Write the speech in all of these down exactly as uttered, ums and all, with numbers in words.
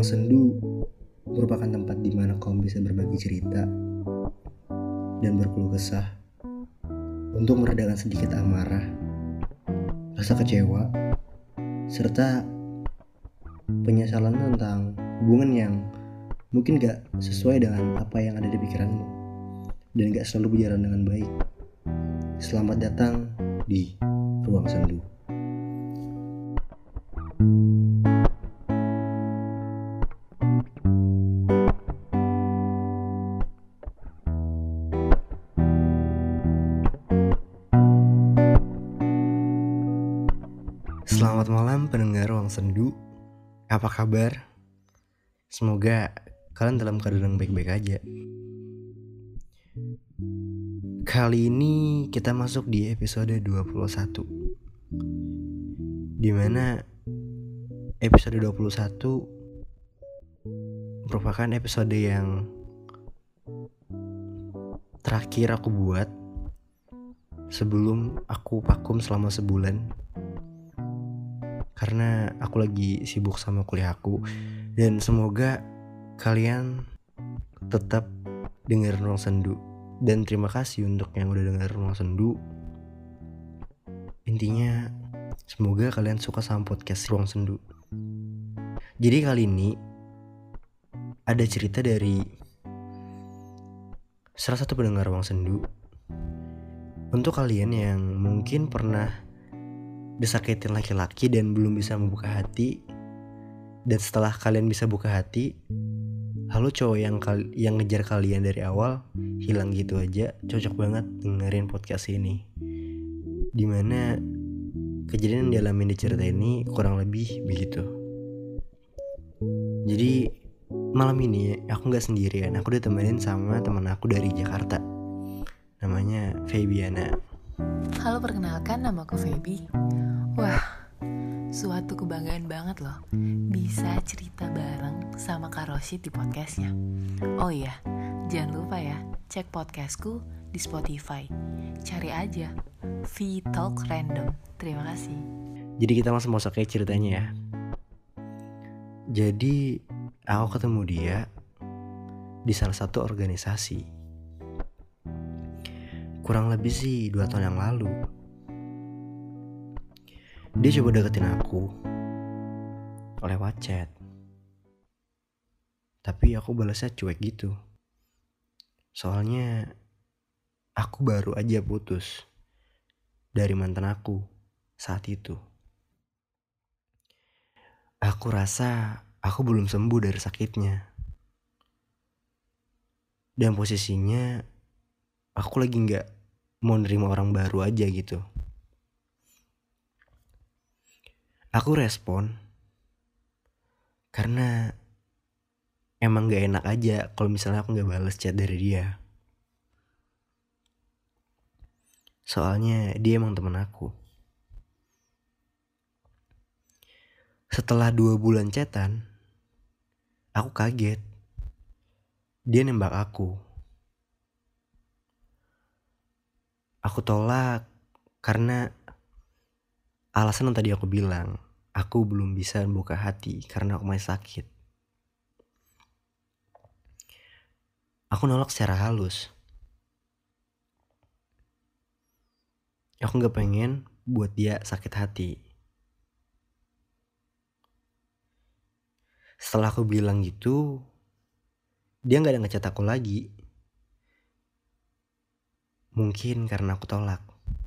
Ruang Sendu merupakan tempat di mana kaum bisa berbagi cerita dan berkeluh kesah untuk meredakan sedikit amarah, rasa kecewa, serta penyesalan tentang hubungan yang mungkin gak sesuai dengan apa yang ada di pikiranmu dan gak selalu berjalan dengan baik. Selamat datang di Ruang Sendu. Selamat malam pendengar Ruang Sendu. Apa kabar? Semoga kalian dalam keadaan baik-baik aja. Kali ini kita masuk di episode dua puluh satu, dimana episode dua puluh satu merupakan episode yang terakhir aku buat sebelum aku vakum selama sebulan. Karena aku lagi sibuk sama kuliahku. Dan semoga kalian tetap dengerin Ruang Sendu. Dan terima kasih untuk yang udah dengerin Ruang Sendu. Intinya semoga kalian suka sama podcast Ruang Sendu. Jadi kali ini ada cerita dari salah satu pendengar Ruang Sendu. Untuk kalian yang mungkin pernah disakitin laki-laki dan belum bisa membuka hati, dan setelah kalian bisa buka hati, lalu cowok yang kal- yang ngejar kalian dari awal hilang gitu aja, cocok banget dengerin podcast ini. Dimana kejadian yang dialami di cerita ini kurang lebih begitu. Jadi malam ini aku gak sendirian, aku ditemenin sama teman aku dari Jakarta, namanya Febiana. Halo, perkenalkan, nama aku Feby. Wah, suatu kebanggaan banget loh bisa cerita bareng sama Kak Rosyid di podcastnya. Oh iya, jangan lupa ya, cek podcastku di Spotify. Cari aja V Talk Random. Terima kasih. Jadi kita langsung masuk ke ceritanya ya. Jadi aku ketemu dia di salah satu organisasi. Kurang lebih sih dua tahun yang lalu. Dia coba deketin aku lewat chat, tapi aku balasnya cuek gitu. Soalnya aku baru aja putus dari mantan aku saat itu. Aku rasa aku belum sembuh dari sakitnya. Dan posisinya aku lagi gak mau nerima orang baru aja gitu. Aku respon karena emang gak enak aja kalau misalnya aku gak balas chat dari dia. Soalnya dia emang temen aku. Setelah dua bulan chatan, aku kaget. Dia nembak aku. Aku tolak karena alasan yang tadi aku bilang, aku belum bisa membuka hati karena aku masih sakit. Aku nolak secara halus. Aku gak pengen buat dia sakit hati. Setelah aku bilang gitu, dia gak ada ngechat aku lagi. Mungkin karena aku tolak.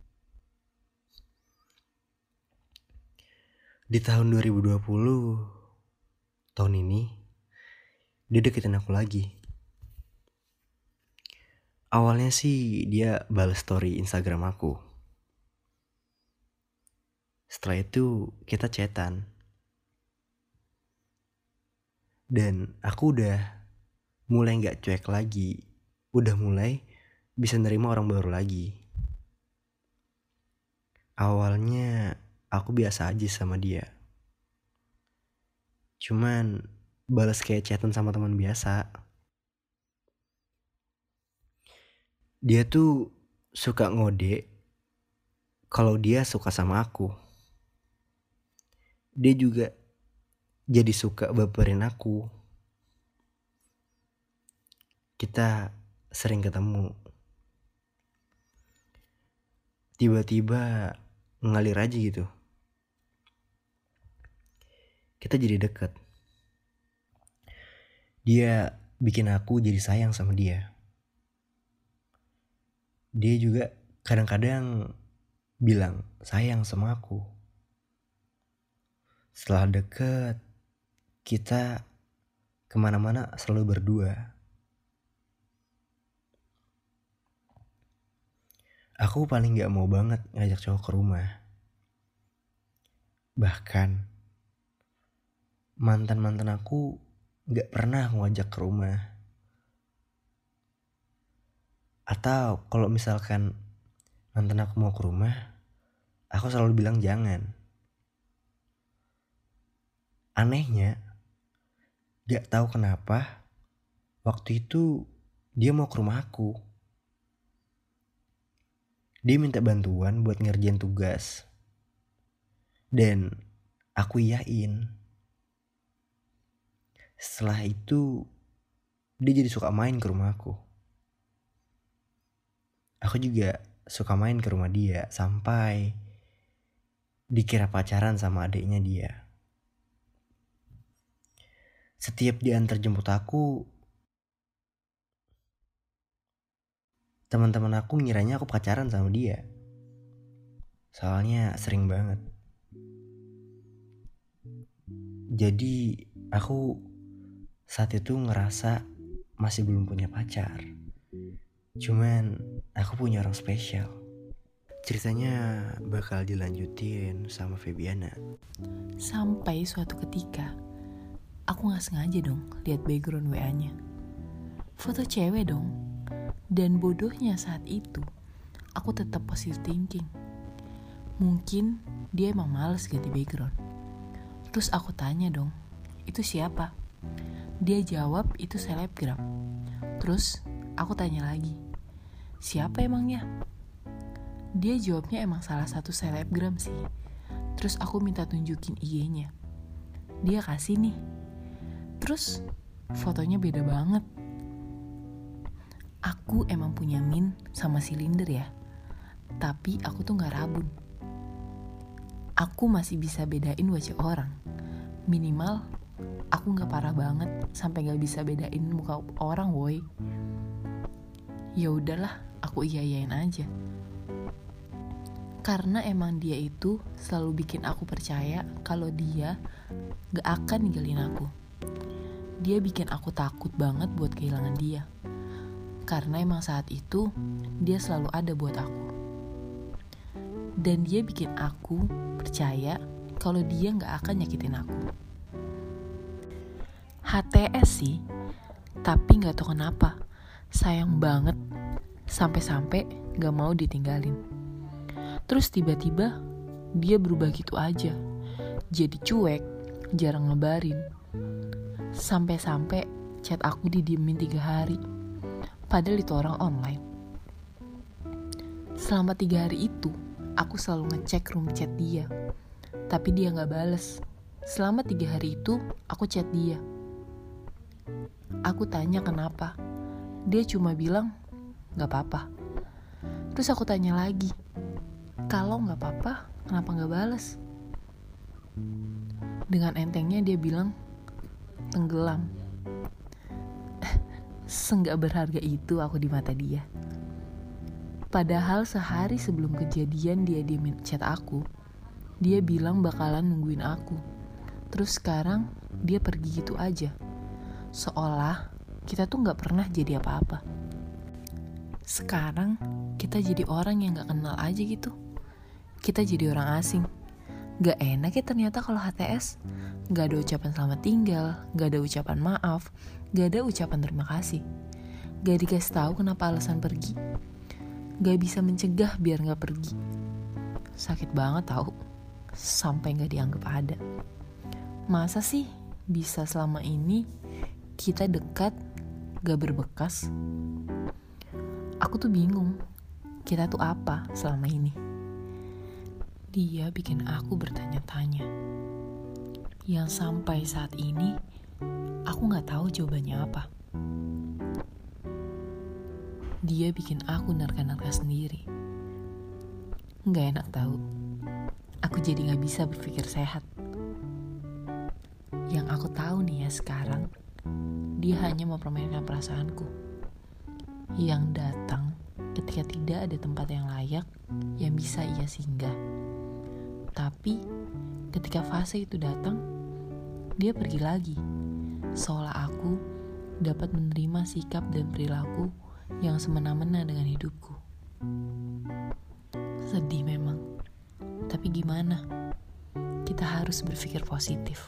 Di tahun dua ribu dua puluh, tahun ini, dia deketin aku lagi. Awalnya sih dia balas story Instagram aku. Setelah itu kita chatan. Dan aku udah mulai gak cuek lagi. Udah mulai bisa nerima orang baru lagi. Awalnya aku biasa aja sama dia. Cuman balas kayak chatan sama teman biasa. Dia tuh suka ngode kalau dia suka sama aku. Dia juga jadi suka baperin aku. Kita sering ketemu. Tiba-tiba ngalir aja gitu. Kita jadi deket. Dia bikin aku jadi sayang sama dia. Dia juga kadang-kadang bilang sayang sama aku. Setelah deket, kita kemana-mana selalu berdua. Aku paling gak mau banget ngajak cowok ke rumah. Bahkan mantan-mantan aku gak pernah ngajak ke rumah. Atau kalau misalkan mantan aku mau ke rumah, aku selalu bilang jangan. Anehnya, gak tahu kenapa waktu itu dia mau ke rumah aku. Dia minta bantuan buat ngerjain tugas. Dan aku iyain. Setelah itu dia jadi suka main ke rumah aku. Aku juga suka main ke rumah dia sampai dikira pacaran sama adiknya dia. Setiap dia antar jemput aku, teman-teman aku ngiranya aku pacaran sama dia. Soalnya sering banget. Jadi aku saat itu ngerasa masih belum punya pacar. Cuman aku punya orang spesial. Ceritanya bakal dilanjutin sama Febiana. Sampai suatu ketika, aku gak sengaja dong lihat background W A-nya. Foto cewek dong. Dan bodohnya saat itu, aku tetap positive thinking. Mungkin dia emang males ganti background. Terus aku tanya dong, itu siapa? Dia jawab itu selebgram. Terus aku tanya lagi, siapa emangnya? Dia jawabnya emang salah satu selebgram sih. Terus aku minta tunjukin I G-nya. Dia kasih nih. Terus fotonya beda banget. Aku emang punya min sama silinder ya. Tapi aku tuh gak rabun. Aku masih bisa bedain wajah orang. Minimal aku gak parah banget sampai gak bisa bedain muka orang woy. Ya udahlah, aku iya-iyain aja. Karena emang dia itu selalu bikin aku percaya kalau dia gak akan ninggalin aku. Dia bikin aku takut banget buat kehilangan dia. Karena emang saat itu dia selalu ada buat aku. Dan dia bikin aku percaya kalau dia gak akan nyakitin aku. H T S sih, tapi gak tahu kenapa sayang banget sampai-sampai gak mau ditinggalin. Terus tiba-tiba dia berubah gitu aja. Jadi cuek, jarang ngebarin. Sampai-sampai chat aku didiemin tiga hari. Padahal itu orang online. Selama tiga hari itu, aku selalu ngecek room chat dia. Tapi dia gak bales. Selama tiga hari itu, aku chat dia. Aku tanya kenapa. Dia cuma bilang, gak apa-apa. Terus aku tanya lagi, kalau gak apa-apa, kenapa gak bales? Dengan entengnya dia bilang, tenggelam. Senggak berharga itu aku di mata dia. Padahal sehari sebelum kejadian dia diemin chat aku. Dia bilang bakalan nungguin aku. Terus sekarang dia pergi gitu aja. Seolah kita tuh gak pernah jadi apa-apa. Sekarang kita jadi orang yang gak kenal aja gitu. Kita jadi orang asing. Gak enak ya ternyata kalau H T S. Gak ada ucapan selamat tinggal, gak ada ucapan maaf, gak ada ucapan terima kasih. Gak dikasih tahu kenapa alasan pergi. Gak bisa mencegah biar gak pergi. Sakit banget tau. Sampai gak dianggap ada. Masa sih bisa selama ini kita dekat gak berbekas? Aku tuh bingung. Kita tuh apa selama ini? Dia bikin aku bertanya-tanya. yang sampai saat ini aku gak tahu jawabannya apa. Dia bikin aku nerka-nerka sendiri. Gak enak tahu. Aku jadi gak bisa berpikir sehat. Yang aku tahu nih ya sekarang, dia hanya mempermainkan perasaanku. Yang datang ketika tidak ada tempat yang layak yang bisa ia singgah. Tapi ketika fase itu datang, dia pergi lagi. Seolah aku dapat menerima sikap dan perilaku yang semena-mena dengan hidupku. Sedih memang, tapi gimana? Kita harus berpikir positif.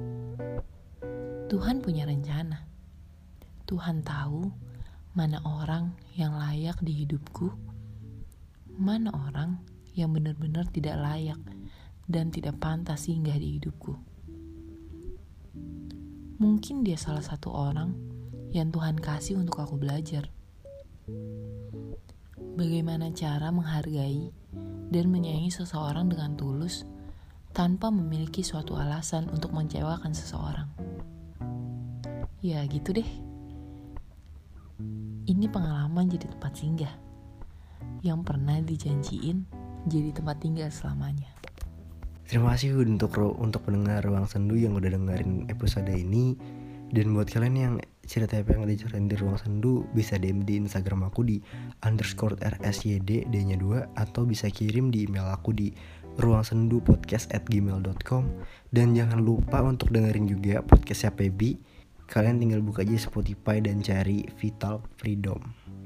Tuhan punya rencana. Tuhan tahu mana orang yang layak di hidupku, mana orang yang benar-benar tidak layak dan tidak pantas singgah di hidupku. Mungkin dia salah satu orang yang Tuhan kasih untuk aku belajar. Bagaimana cara menghargai dan menyayangi seseorang dengan tulus tanpa memiliki suatu alasan untuk mengecewakan seseorang. Ya gitu deh. Ini pengalaman jadi tempat singgah yang pernah dijanjiin jadi tempat tinggal selamanya. Terima kasih untuk untuk pendengar Ruang Sendu yang udah dengerin episode ini. Dan buat kalian yang cerita apa yang diceritain di Ruang Sendu, bisa D M di Instagram aku di underscore rsyd d-nya dua, atau bisa kirim di email aku di ruangsendupodcast at gmail dot com. Dan jangan lupa untuk dengerin juga podcastnya Pebi. Kalian tinggal buka aja Spotify dan cari Vital Freedom.